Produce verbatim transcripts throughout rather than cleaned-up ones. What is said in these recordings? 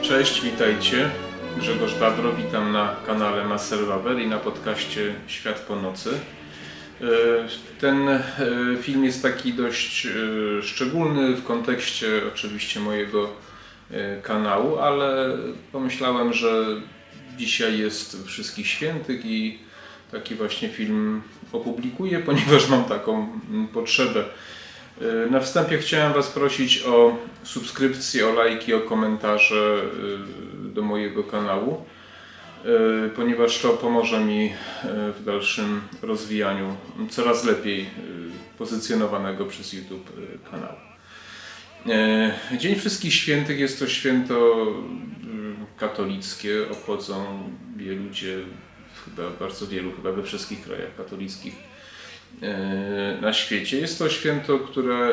Cześć, witajcie. Grzegorz Wawro, witam na kanale Maserwawer i na podcaście Świat po nocy. Ten film jest taki dość szczególny w kontekście oczywiście mojego kanału, ale pomyślałem, że dzisiaj jest Wszystkich Świętych i taki właśnie film opublikuję, ponieważ mam taką potrzebę. Na wstępie chciałem Was prosić o subskrypcję, o lajki, o komentarze do mojego kanału, ponieważ to pomoże mi w dalszym rozwijaniu coraz lepiej pozycjonowanego przez YouTube kanału. Dzień Wszystkich Świętych jest to święto katolickie, obchodzą je ludzie, chyba bardzo wielu, chyba we wszystkich krajach katolickich na świecie. Jest to święto, które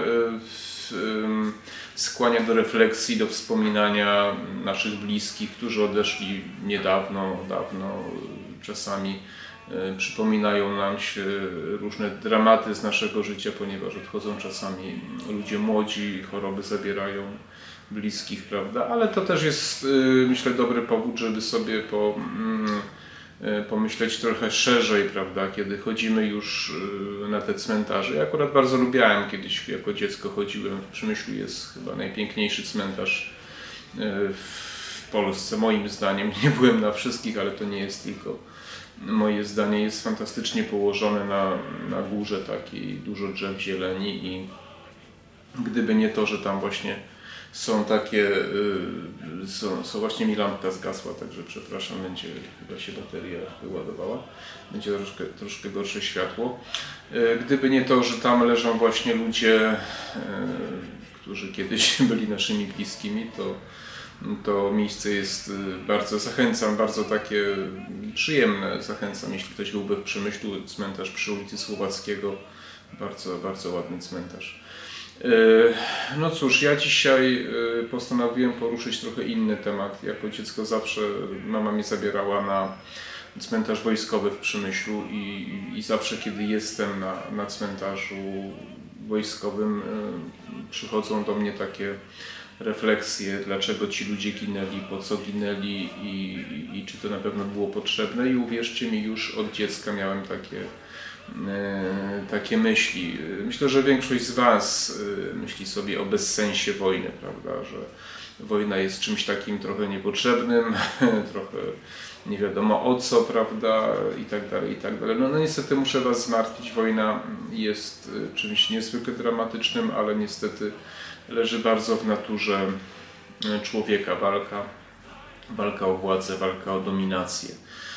skłania do refleksji, do wspominania naszych bliskich, którzy odeszli niedawno, dawno. Czasami przypominają nam się różne dramaty z naszego życia, ponieważ odchodzą czasami ludzie młodzi, choroby zabierają bliskich, prawda? Ale to też jest, myślę, dobry powód, żeby sobie po pomyśleć trochę szerzej, prawda, kiedy chodzimy już na te cmentarze. Ja akurat bardzo lubiałem, kiedyś jako dziecko chodziłem, w Przemyślu jest chyba najpiękniejszy cmentarz w Polsce, moim zdaniem. Nie byłem na wszystkich, ale to nie jest tylko moje zdanie. Jest fantastycznie położony na, na górze takiej, dużo drzew, zieleni i gdyby nie to, że tam właśnie są takie, są, są właśnie mi lampka zgasła, także przepraszam, będzie chyba się bateria wyładowała, będzie troszkę, troszkę gorsze światło. Gdyby nie to, że tam leżą właśnie ludzie, którzy kiedyś byli naszymi bliskimi, to, to miejsce jest bardzo, zachęcam, bardzo takie przyjemne, zachęcam, jeśli ktoś byłby w Przemyślu, cmentarz przy ulicy Słowackiego, bardzo, bardzo ładny cmentarz. No cóż, ja dzisiaj postanowiłem poruszyć trochę inny temat. Jako dziecko zawsze mama mnie zabierała na cmentarz wojskowy w Przemyślu i, i zawsze kiedy jestem na, na cmentarzu wojskowym, przychodzą do mnie takie refleksje, dlaczego ci ludzie ginęli, po co ginęli i, i, i czy to na pewno było potrzebne. I uwierzcie mi, już od dziecka miałem takie takie myśli. Myślę, że większość z Was myśli sobie o bezsensie wojny, prawda, że wojna jest czymś takim trochę niepotrzebnym, trochę nie wiadomo o co, prawda, i tak dalej, i tak dalej. No, no niestety muszę Was zmartwić, wojna jest czymś niezwykle dramatycznym, ale niestety leży bardzo w naturze człowieka, walka, walka o władzę, walka o dominację.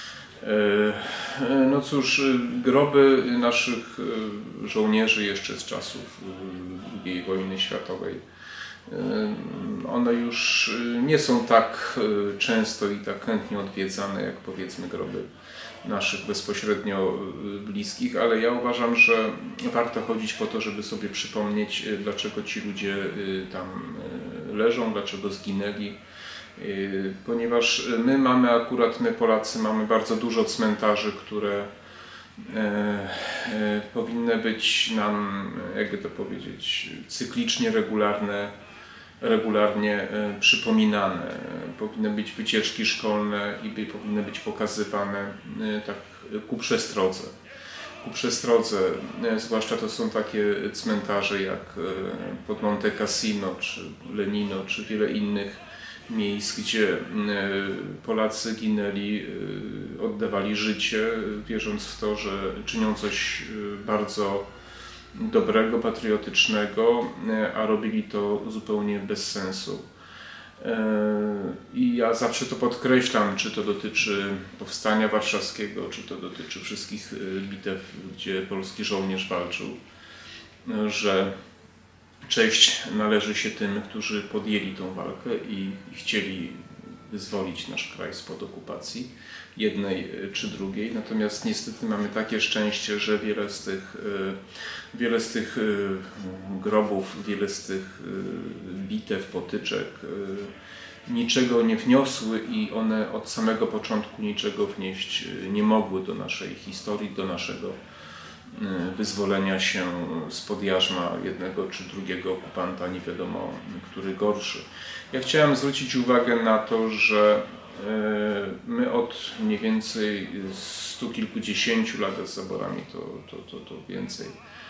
No cóż, groby naszych żołnierzy jeszcze z czasów drugiej wojny światowej, one już nie są tak często i tak chętnie odwiedzane jak powiedzmy groby naszych bezpośrednio bliskich, ale ja uważam, że warto chodzić po to, żeby sobie przypomnieć, dlaczego ci ludzie tam leżą, dlaczego zginęli. Ponieważ my mamy akurat, my Polacy mamy bardzo dużo cmentarzy, które e, e, powinny być nam, jakby to powiedzieć, cyklicznie regularne, regularnie e, przypominane. Powinny być wycieczki szkolne i by, powinny być pokazywane e, tak ku przestrodze. Ku przestrodze, e, zwłaszcza to są takie cmentarze jak e, pod Monte Cassino, czy Lenino, czy wiele innych miejsc, gdzie Polacy ginęli, oddawali życie, wierząc w to, że czynią coś bardzo dobrego, patriotycznego, a robili to zupełnie bez sensu. I ja zawsze to podkreślam, czy to dotyczy Powstania Warszawskiego, czy to dotyczy wszystkich bitew, gdzie polski żołnierz walczył, że cześć należy się tym, którzy podjęli tą walkę i chcieli wyzwolić nasz kraj spod okupacji, jednej czy drugiej. Natomiast niestety mamy takie szczęście, że wiele z tych, wiele z tych grobów, wiele z tych bitew, potyczek niczego nie wniosły i one od samego początku niczego wnieść nie mogły do naszej historii, do naszego wyzwolenia się spod jarzma jednego czy drugiego okupanta, nie wiadomo, który gorszy. Ja chciałem zwrócić uwagę na to, że my od mniej więcej stu kilkudziesięciu lat, z zaborami to, to, to, to więcej,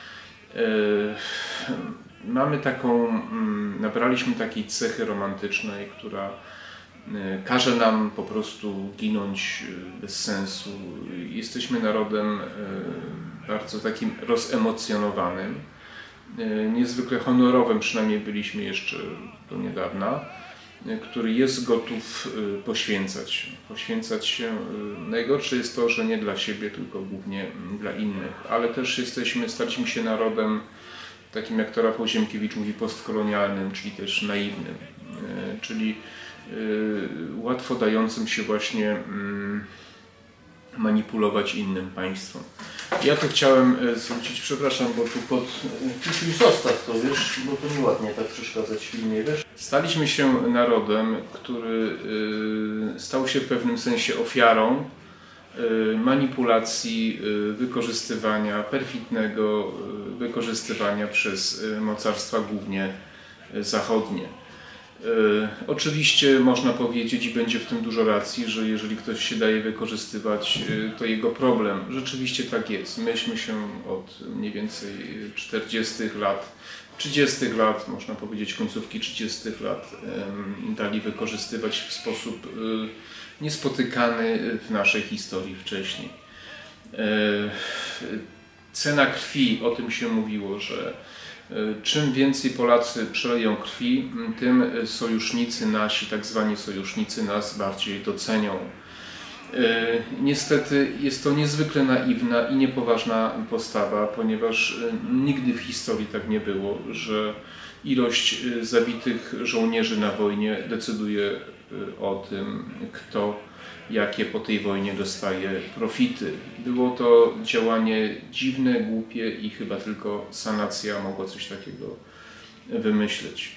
mamy taką, nabraliśmy takiej cechy romantycznej, która każe nam po prostu ginąć bez sensu. Jesteśmy narodem bardzo takim rozemocjonowanym, niezwykle honorowym, przynajmniej byliśmy jeszcze do niedawna, który jest gotów poświęcać. Poświęcać się. Najgorsze jest to, że nie dla siebie, tylko głównie dla innych, ale też jesteśmy, staliśmy się narodem takim, jak to Rafał Ziemkiewicz mówi, postkolonialnym, czyli też naiwnym, czyli łatwo dającym się właśnie manipulować innym państwom. Ja to chciałem zwrócić, przepraszam, bo tu pod... Ty zostaw to, wiesz, bo to nieładnie tak przeszkadzać w filmie, wiesz. Staliśmy się narodem, który stał się w pewnym sensie ofiarą manipulacji, wykorzystywania, perfidnego wykorzystywania przez mocarstwa głównie zachodnie. Oczywiście można powiedzieć, i będzie w tym dużo racji, że jeżeli ktoś się daje wykorzystywać, to jego problem. Rzeczywiście tak jest. Myśmy się od mniej więcej czterdziestych lat, trzydziestych lat, można powiedzieć końcówki trzydziestych lat, dali wykorzystywać w sposób niespotykany w naszej historii wcześniej. Cena krwi, o tym się mówiło, że czym więcej Polacy przeleją krwi, tym sojusznicy nasi, tak zwani sojusznicy, nas bardziej docenią. Niestety jest to niezwykle naiwna i niepoważna postawa, ponieważ nigdy w historii tak nie było, że ilość zabitych żołnierzy na wojnie decyduje o tym, kto jakie po tej wojnie dostaje profity. Było to działanie dziwne, głupie i chyba tylko sanacja mogła coś takiego wymyśleć.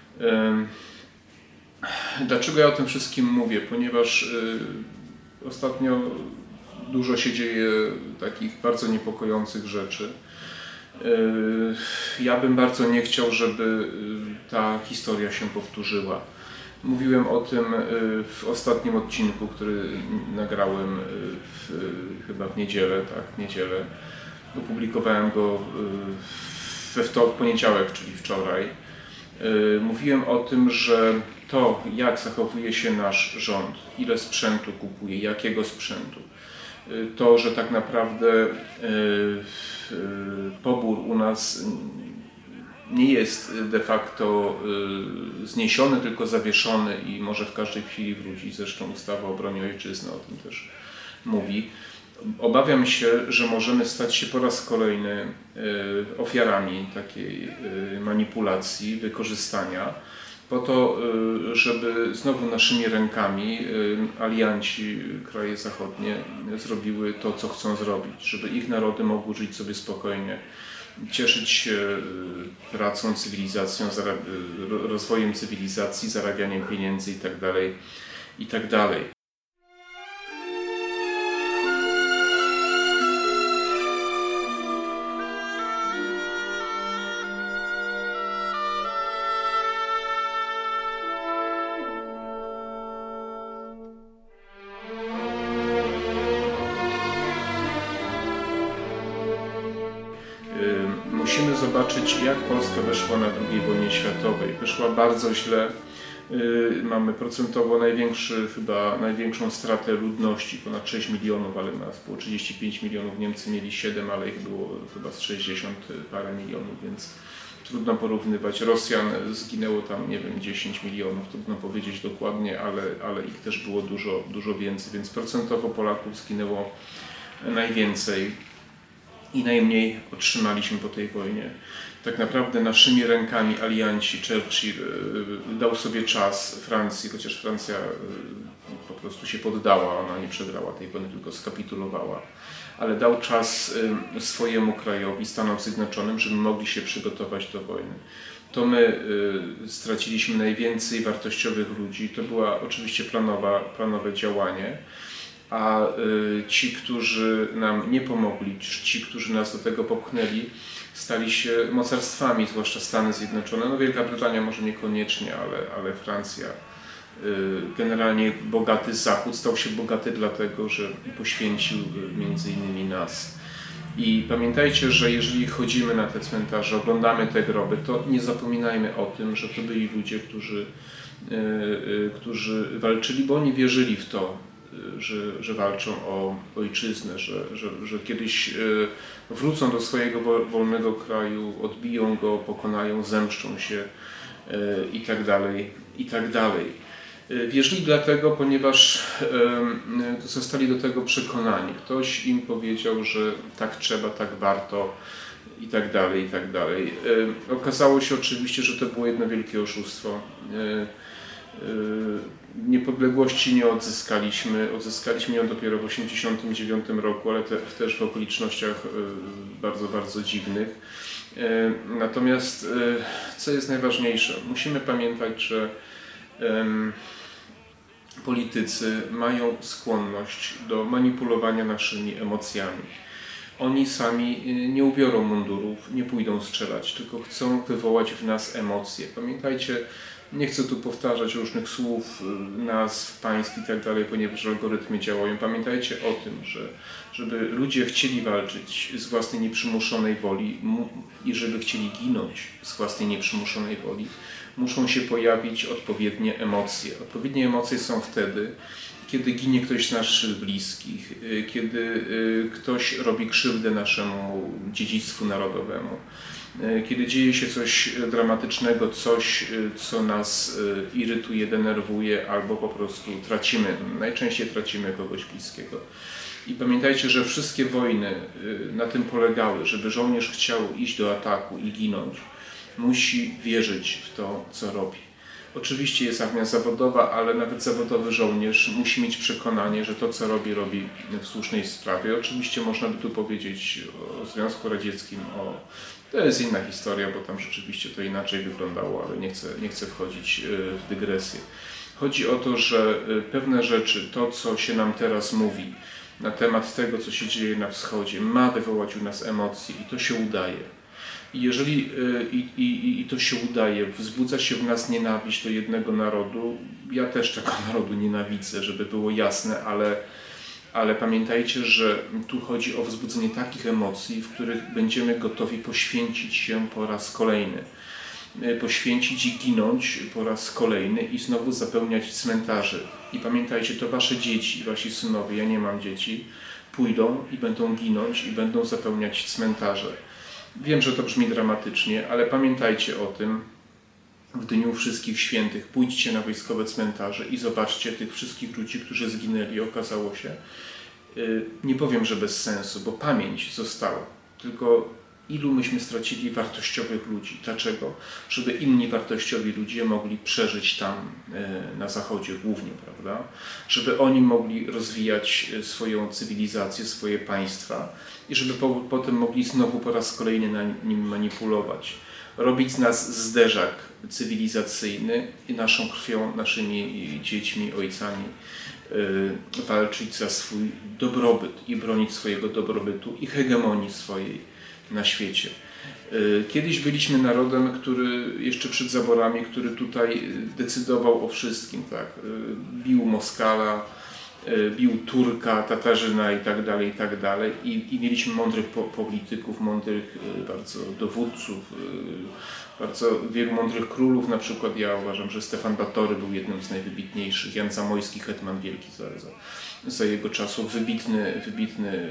Dlaczego ja o tym wszystkim mówię? Ponieważ ostatnio dużo się dzieje takich bardzo niepokojących rzeczy. Ja bym bardzo nie chciał, żeby ta historia się powtórzyła. Mówiłem o tym w ostatnim odcinku, który nagrałem w, chyba w niedzielę, tak, w niedzielę. Opublikowałem go we wtorek, poniedziałek, czyli wczoraj. Mówiłem o tym, że to, jak zachowuje się nasz rząd, ile sprzętu kupuje, jakiego sprzętu, to, że tak naprawdę pobór u nas nie jest de facto zniesiony, tylko zawieszony i może w każdej chwili wrócić. Zresztą ustawa o obronie ojczyzny o tym też mówi. Obawiam się, że możemy stać się po raz kolejny ofiarami takiej manipulacji, wykorzystania, po to, żeby znowu naszymi rękami alianci, kraje zachodnie zrobiły to, co chcą zrobić, żeby ich narody mogły żyć sobie spokojnie, cieszyć się pracą, cywilizacją, rozwojem cywilizacji, zarabianiem pieniędzy itd. itd. Musimy zobaczyć, jak Polska weszła na drugiej wojnie światowej. Wyszła bardzo źle. Mamy procentowo największy, chyba największą stratę ludności, ponad sześć milionów, ale nas było trzydzieści pięć milionów, Niemcy mieli siedem, ale ich było chyba z sześćdziesiąt parę milionów, więc trudno porównywać. Rosjan zginęło tam, nie wiem, dziesięć milionów, trudno powiedzieć dokładnie, ale, ale ich też było dużo, dużo więcej, więc procentowo Polaków zginęło najwięcej i najmniej otrzymaliśmy po tej wojnie. Tak naprawdę naszymi rękami alianci, Churchill dał sobie czas Francji, chociaż Francja po prostu się poddała, ona nie przegrała tej wojny, tylko skapitulowała, ale dał czas swojemu krajowi, Stanom Zjednoczonym, żeby mogli się przygotować do wojny. To my straciliśmy najwięcej wartościowych ludzi, to była oczywiście planowa, planowe działanie, a ci, którzy nam nie pomogli, ci, którzy nas do tego popchnęli, stali się mocarstwami, zwłaszcza Stany Zjednoczone. No Wielka Brytania może niekoniecznie, ale, ale Francja. Generalnie bogaty Zachód stał się bogaty dlatego, że poświęcił między innymi nas. I pamiętajcie, że jeżeli chodzimy na te cmentarze, oglądamy te groby, to nie zapominajmy o tym, że to byli ludzie, którzy, którzy walczyli, bo oni wierzyli w to, że, że walczą o ojczyznę, że, że, że kiedyś wrócą do swojego wolnego kraju, odbiją go, pokonają, zemszczą się i tak dalej, i tak dalej. Wierzyli dlatego, ponieważ zostali do tego przekonani. Ktoś im powiedział, że tak trzeba, tak warto i tak dalej, i tak dalej. Okazało się oczywiście, że to było jedno wielkie oszustwo. Niepodległości nie odzyskaliśmy. Odzyskaliśmy ją dopiero w osiemdziesiątym dziewiątym roku, ale te, też w okolicznościach bardzo, bardzo dziwnych. Natomiast co jest najważniejsze? Musimy pamiętać, że politycy mają skłonność do manipulowania naszymi emocjami. Oni sami nie ubiorą mundurów, nie pójdą strzelać, tylko chcą wywołać w nas emocje. Pamiętajcie, nie chcę tu powtarzać różnych słów, nazw, państw i tak dalej, ponieważ algorytmy działają. Pamiętajcie o tym, że żeby ludzie chcieli walczyć z własnej nieprzymuszonej woli i żeby chcieli ginąć z własnej nieprzymuszonej woli, muszą się pojawić odpowiednie emocje. Odpowiednie emocje są wtedy, kiedy ginie ktoś z naszych bliskich, kiedy ktoś robi krzywdę naszemu dziedzictwu narodowemu, kiedy dzieje się coś dramatycznego, coś, co nas irytuje, denerwuje albo po prostu tracimy, najczęściej tracimy kogoś bliskiego. I pamiętajcie, że wszystkie wojny na tym polegały, żeby żołnierz chciał iść do ataku i ginąć, musi wierzyć w to, co robi. Oczywiście jest armia zawodowa, ale nawet zawodowy żołnierz musi mieć przekonanie, że to, co robi, robi w słusznej sprawie. Oczywiście można by tu powiedzieć o Związku Radzieckim, o... to jest inna historia, bo tam rzeczywiście to inaczej wyglądało, ale nie chcę, nie chcę wchodzić w dygresję. Chodzi o to, że pewne rzeczy, to, co się nam teraz mówi na temat tego, co się dzieje na wschodzie, ma wywołać u nas emocje i to się udaje. I jeżeli i, i, i to się udaje, wzbudza się w nas nienawiść do jednego narodu, ja też tego narodu nienawidzę, żeby było jasne, ale, ale pamiętajcie, że tu chodzi o wzbudzenie takich emocji, w których będziemy gotowi poświęcić się po raz kolejny. Poświęcić i ginąć po raz kolejny i znowu zapełniać cmentarze. I pamiętajcie, to wasze dzieci, wasi synowie, ja nie mam dzieci, pójdą i będą ginąć i będą zapełniać cmentarze. Wiem, że to brzmi dramatycznie, ale pamiętajcie o tym w Dniu Wszystkich Świętych. Pójdźcie na wojskowe cmentarze i zobaczcie tych wszystkich ludzi, którzy zginęli. Okazało się, nie powiem, że bez sensu, bo pamięć została. Tylko ilu myśmy stracili wartościowych ludzi. Dlaczego? Żeby inni wartościowi ludzie mogli przeżyć tam na zachodzie głównie, prawda? Żeby oni mogli rozwijać swoją cywilizację, swoje państwa i żeby po, potem mogli znowu po raz kolejny na nim manipulować. Robić z nas zderzak cywilizacyjny i naszą krwią, naszymi dziećmi, ojcami yy, walczyć za swój dobrobyt i bronić swojego dobrobytu i hegemonii swojej na świecie. Kiedyś byliśmy narodem, który jeszcze przed zaborami, który tutaj decydował o wszystkim, tak? Bił Moskala, bił Turka, Tatarzyna i tak dalej, i tak dalej. I, i mieliśmy mądrych po, polityków, mądrych bardzo dowódców, bardzo wielu mądrych królów. Na przykład ja uważam, że Stefan Batory był jednym z najwybitniejszych, Jan Zamojski, hetman wielki za, za, za jego czasów, wybitny, wybitny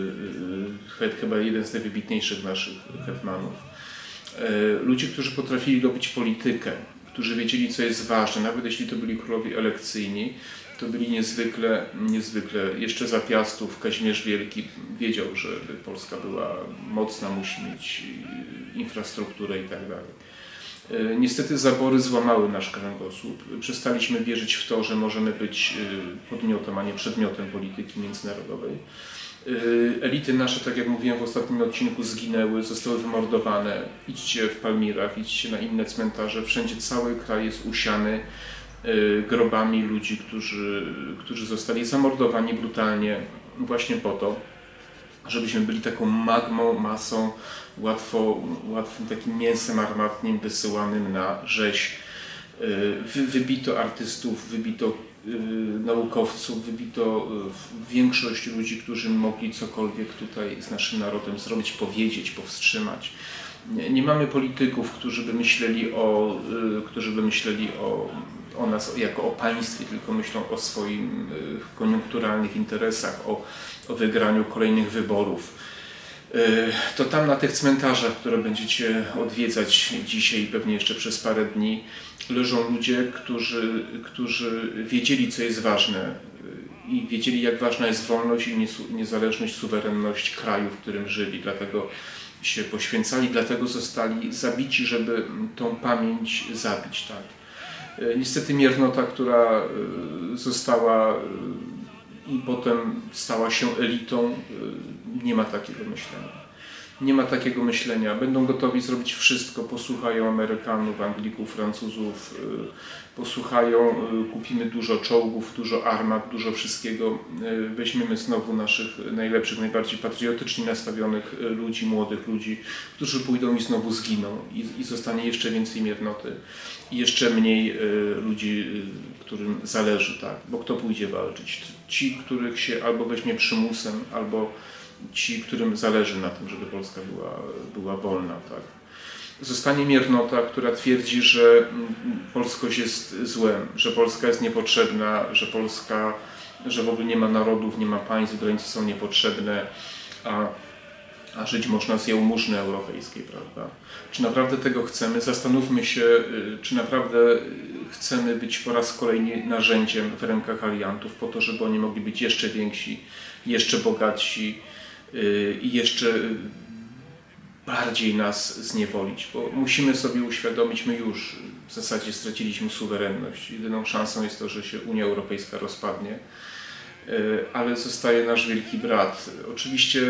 het, chyba jeden z najwybitniejszych naszych hetmanów. Ludzie, którzy potrafili robić politykę, którzy wiedzieli, co jest ważne, nawet jeśli to byli królowie elekcyjni, to byli niezwykle, niezwykle, jeszcze za Piastów Kazimierz Wielki wiedział, że Polska była mocna, musi mieć infrastrukturę i tak dalej. Niestety zabory złamały nasz kręgosłup. Przestaliśmy wierzyć w to, że możemy być podmiotem, a nie przedmiotem polityki międzynarodowej. Elity nasze, tak jak mówiłem w ostatnim odcinku, zginęły, zostały wymordowane. Idźcie w Palmirach, idźcie na inne cmentarze, wszędzie cały kraj jest usiany grobami ludzi, którzy, którzy zostali zamordowani brutalnie właśnie po to, żebyśmy byli taką magmą, masą, łatwo, łatwym takim mięsem armatnim wysyłanym na rzeź. Wy, wybito artystów, wybito naukowców, wybito większość ludzi, którzy mogli cokolwiek tutaj z naszym narodem zrobić, powiedzieć, powstrzymać. Nie, nie mamy polityków, którzy by myśleli o, którzy by myśleli o, o nas jako o państwie, tylko myślą o swoich koniunkturalnych interesach, o, o wygraniu kolejnych wyborów. To tam na tych cmentarzach, które będziecie odwiedzać dzisiaj i pewnie jeszcze przez parę dni, leżą ludzie, którzy, którzy wiedzieli, co jest ważne i wiedzieli, jak ważna jest wolność i niezależność, suwerenność kraju, w którym żyli. Dlatego się poświęcali, dlatego zostali zabici, żeby tą pamięć zabić. Tak. Niestety miernota, która została i potem stała się elitą, nie ma takiego myślenia. Nie ma takiego myślenia. Będą gotowi zrobić wszystko. Posłuchają Amerykanów, Anglików, Francuzów, posłuchają, kupimy dużo czołgów, dużo armat, dużo wszystkiego. Weźmiemy znowu naszych najlepszych, najbardziej patriotycznie nastawionych ludzi, młodych ludzi, którzy pójdą i znowu zginą. I, i zostanie jeszcze więcej miernoty. I jeszcze mniej ludzi, którym zależy, tak? Bo kto pójdzie walczyć? Ci, których się albo weźmie przymusem, albo ci, którym zależy na tym, żeby Polska była, była wolna. Tak? Zostanie miernota, która twierdzi, że polskość jest złem, że Polska jest niepotrzebna, że Polska, że w ogóle nie ma narodów, nie ma państw, granice są niepotrzebne, a, a żyć można z jałmużny europejskiej, prawda? Czy naprawdę tego chcemy? Zastanówmy się, czy naprawdę chcemy być po raz kolejny narzędziem w rękach aliantów po to, żeby oni mogli być jeszcze więksi, jeszcze bogatsi i jeszcze bardziej nas zniewolić, bo musimy sobie uświadomić, my już w zasadzie straciliśmy suwerenność. Jedyną szansą jest to, że się Unia Europejska rozpadnie, ale zostaje nasz wielki brat. Oczywiście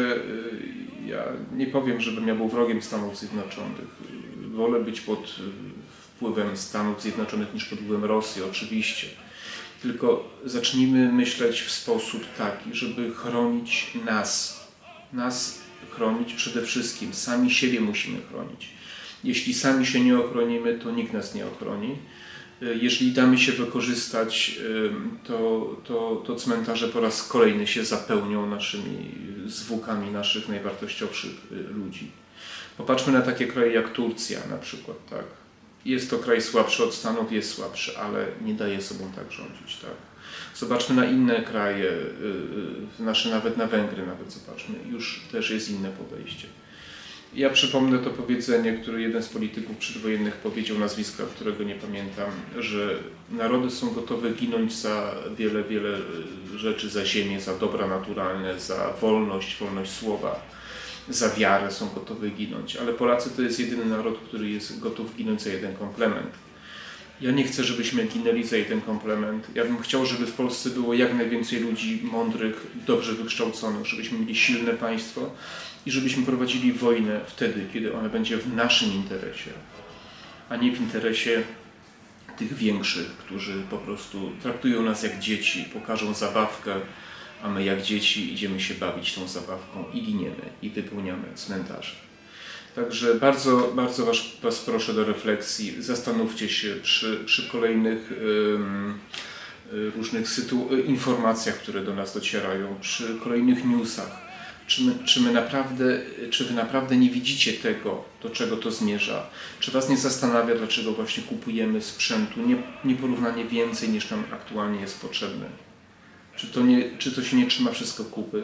ja nie powiem, żebym ja był wrogiem Stanów Zjednoczonych. Wolę być pod wpływem Stanów Zjednoczonych niż pod wpływem Rosji, oczywiście. Tylko zacznijmy myśleć w sposób taki, żeby chronić nas. Nas chronić przede wszystkim. Sami siebie musimy chronić. Jeśli sami się nie ochronimy, to nikt nas nie ochroni. Jeżeli damy się wykorzystać, to, to, to cmentarze po raz kolejny się zapełnią naszymi zwłokami naszych najwartościowszych ludzi. Popatrzmy na takie kraje jak Turcja na przykład. Tak? Jest to kraj słabszy od Stanów, jest słabszy, ale nie daje sobą tak rządzić. Tak? Zobaczmy na inne kraje, nasze, nawet na Węgry nawet zobaczmy. Już też jest inne podejście. Ja przypomnę to powiedzenie, które jeden z polityków przedwojennych powiedział, nazwiska którego nie pamiętam, że narody są gotowe ginąć za wiele, wiele rzeczy, za ziemię, za dobra naturalne, za wolność, wolność słowa, za wiarę są gotowe ginąć. Ale Polacy to jest jedyny naród, który jest gotów ginąć za jeden komplement. Ja nie chcę, żebyśmy ginęli za jeden komplement. Ja bym chciał, żeby w Polsce było jak najwięcej ludzi mądrych, dobrze wykształconych, żebyśmy mieli silne państwo i żebyśmy prowadzili wojnę wtedy, kiedy ona będzie w naszym interesie, a nie w interesie tych większych, którzy po prostu traktują nas jak dzieci, pokażą zabawkę, a my jak dzieci idziemy się bawić tą zabawką i giniemy, i wypełniamy cmentarze. Także bardzo, bardzo was, was proszę do refleksji. Zastanówcie się przy, przy kolejnych um, różnych sytu- informacjach, które do nas docierają, przy kolejnych newsach. Czy, my, czy, my naprawdę, czy wy naprawdę nie widzicie tego, do czego to zmierza? Czy was nie zastanawia, dlaczego właśnie kupujemy sprzętu nie, nieporównanie więcej, niż nam aktualnie jest potrzebne? Czy to, nie, czy to się nie trzyma wszystko kupy?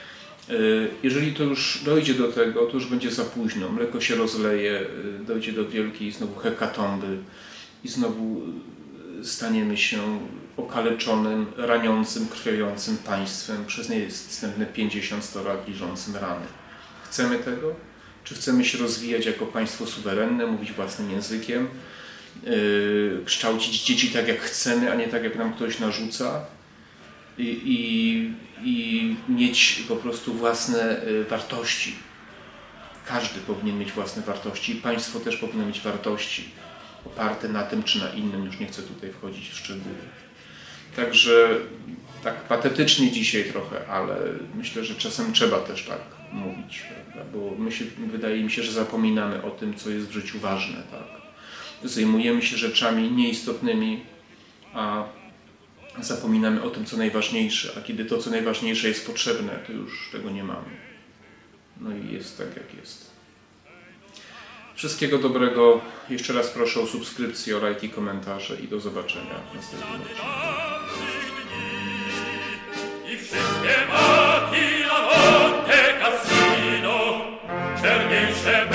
Jeżeli to już dojdzie do tego, to już będzie za późno. Mleko się rozleje, dojdzie do wielkiej znowu hekatomby i znowu staniemy się okaleczonym, raniącym, krwiojącym państwem przez następne pięćdziesiąt sto lat liczącym rany. Chcemy tego? Czy chcemy się rozwijać jako państwo suwerenne, mówić własnym językiem, yy, kształcić dzieci tak jak chcemy, a nie tak jak nam ktoś narzuca? I, i, i mieć po prostu własne wartości. Każdy powinien mieć własne wartości i państwo też powinno mieć wartości. oparte na tym czy na innym, już nie chcę tutaj wchodzić w szczegóły. Także tak patetycznie dzisiaj trochę, ale myślę, że czasem trzeba też tak mówić, prawda? Bo my się, wydaje mi się, że zapominamy o tym, co jest w życiu ważne. Tak? Zajmujemy się rzeczami nieistotnymi, a zapominamy o tym, co najważniejsze, a kiedy to, co najważniejsze jest potrzebne, to już tego nie mamy. No i jest tak, jak jest. Wszystkiego dobrego. Jeszcze raz proszę o subskrypcję, o lajki, komentarze i do zobaczenia w następnym odcinku. I wszystkie maki na Monte Cassino czerniejsze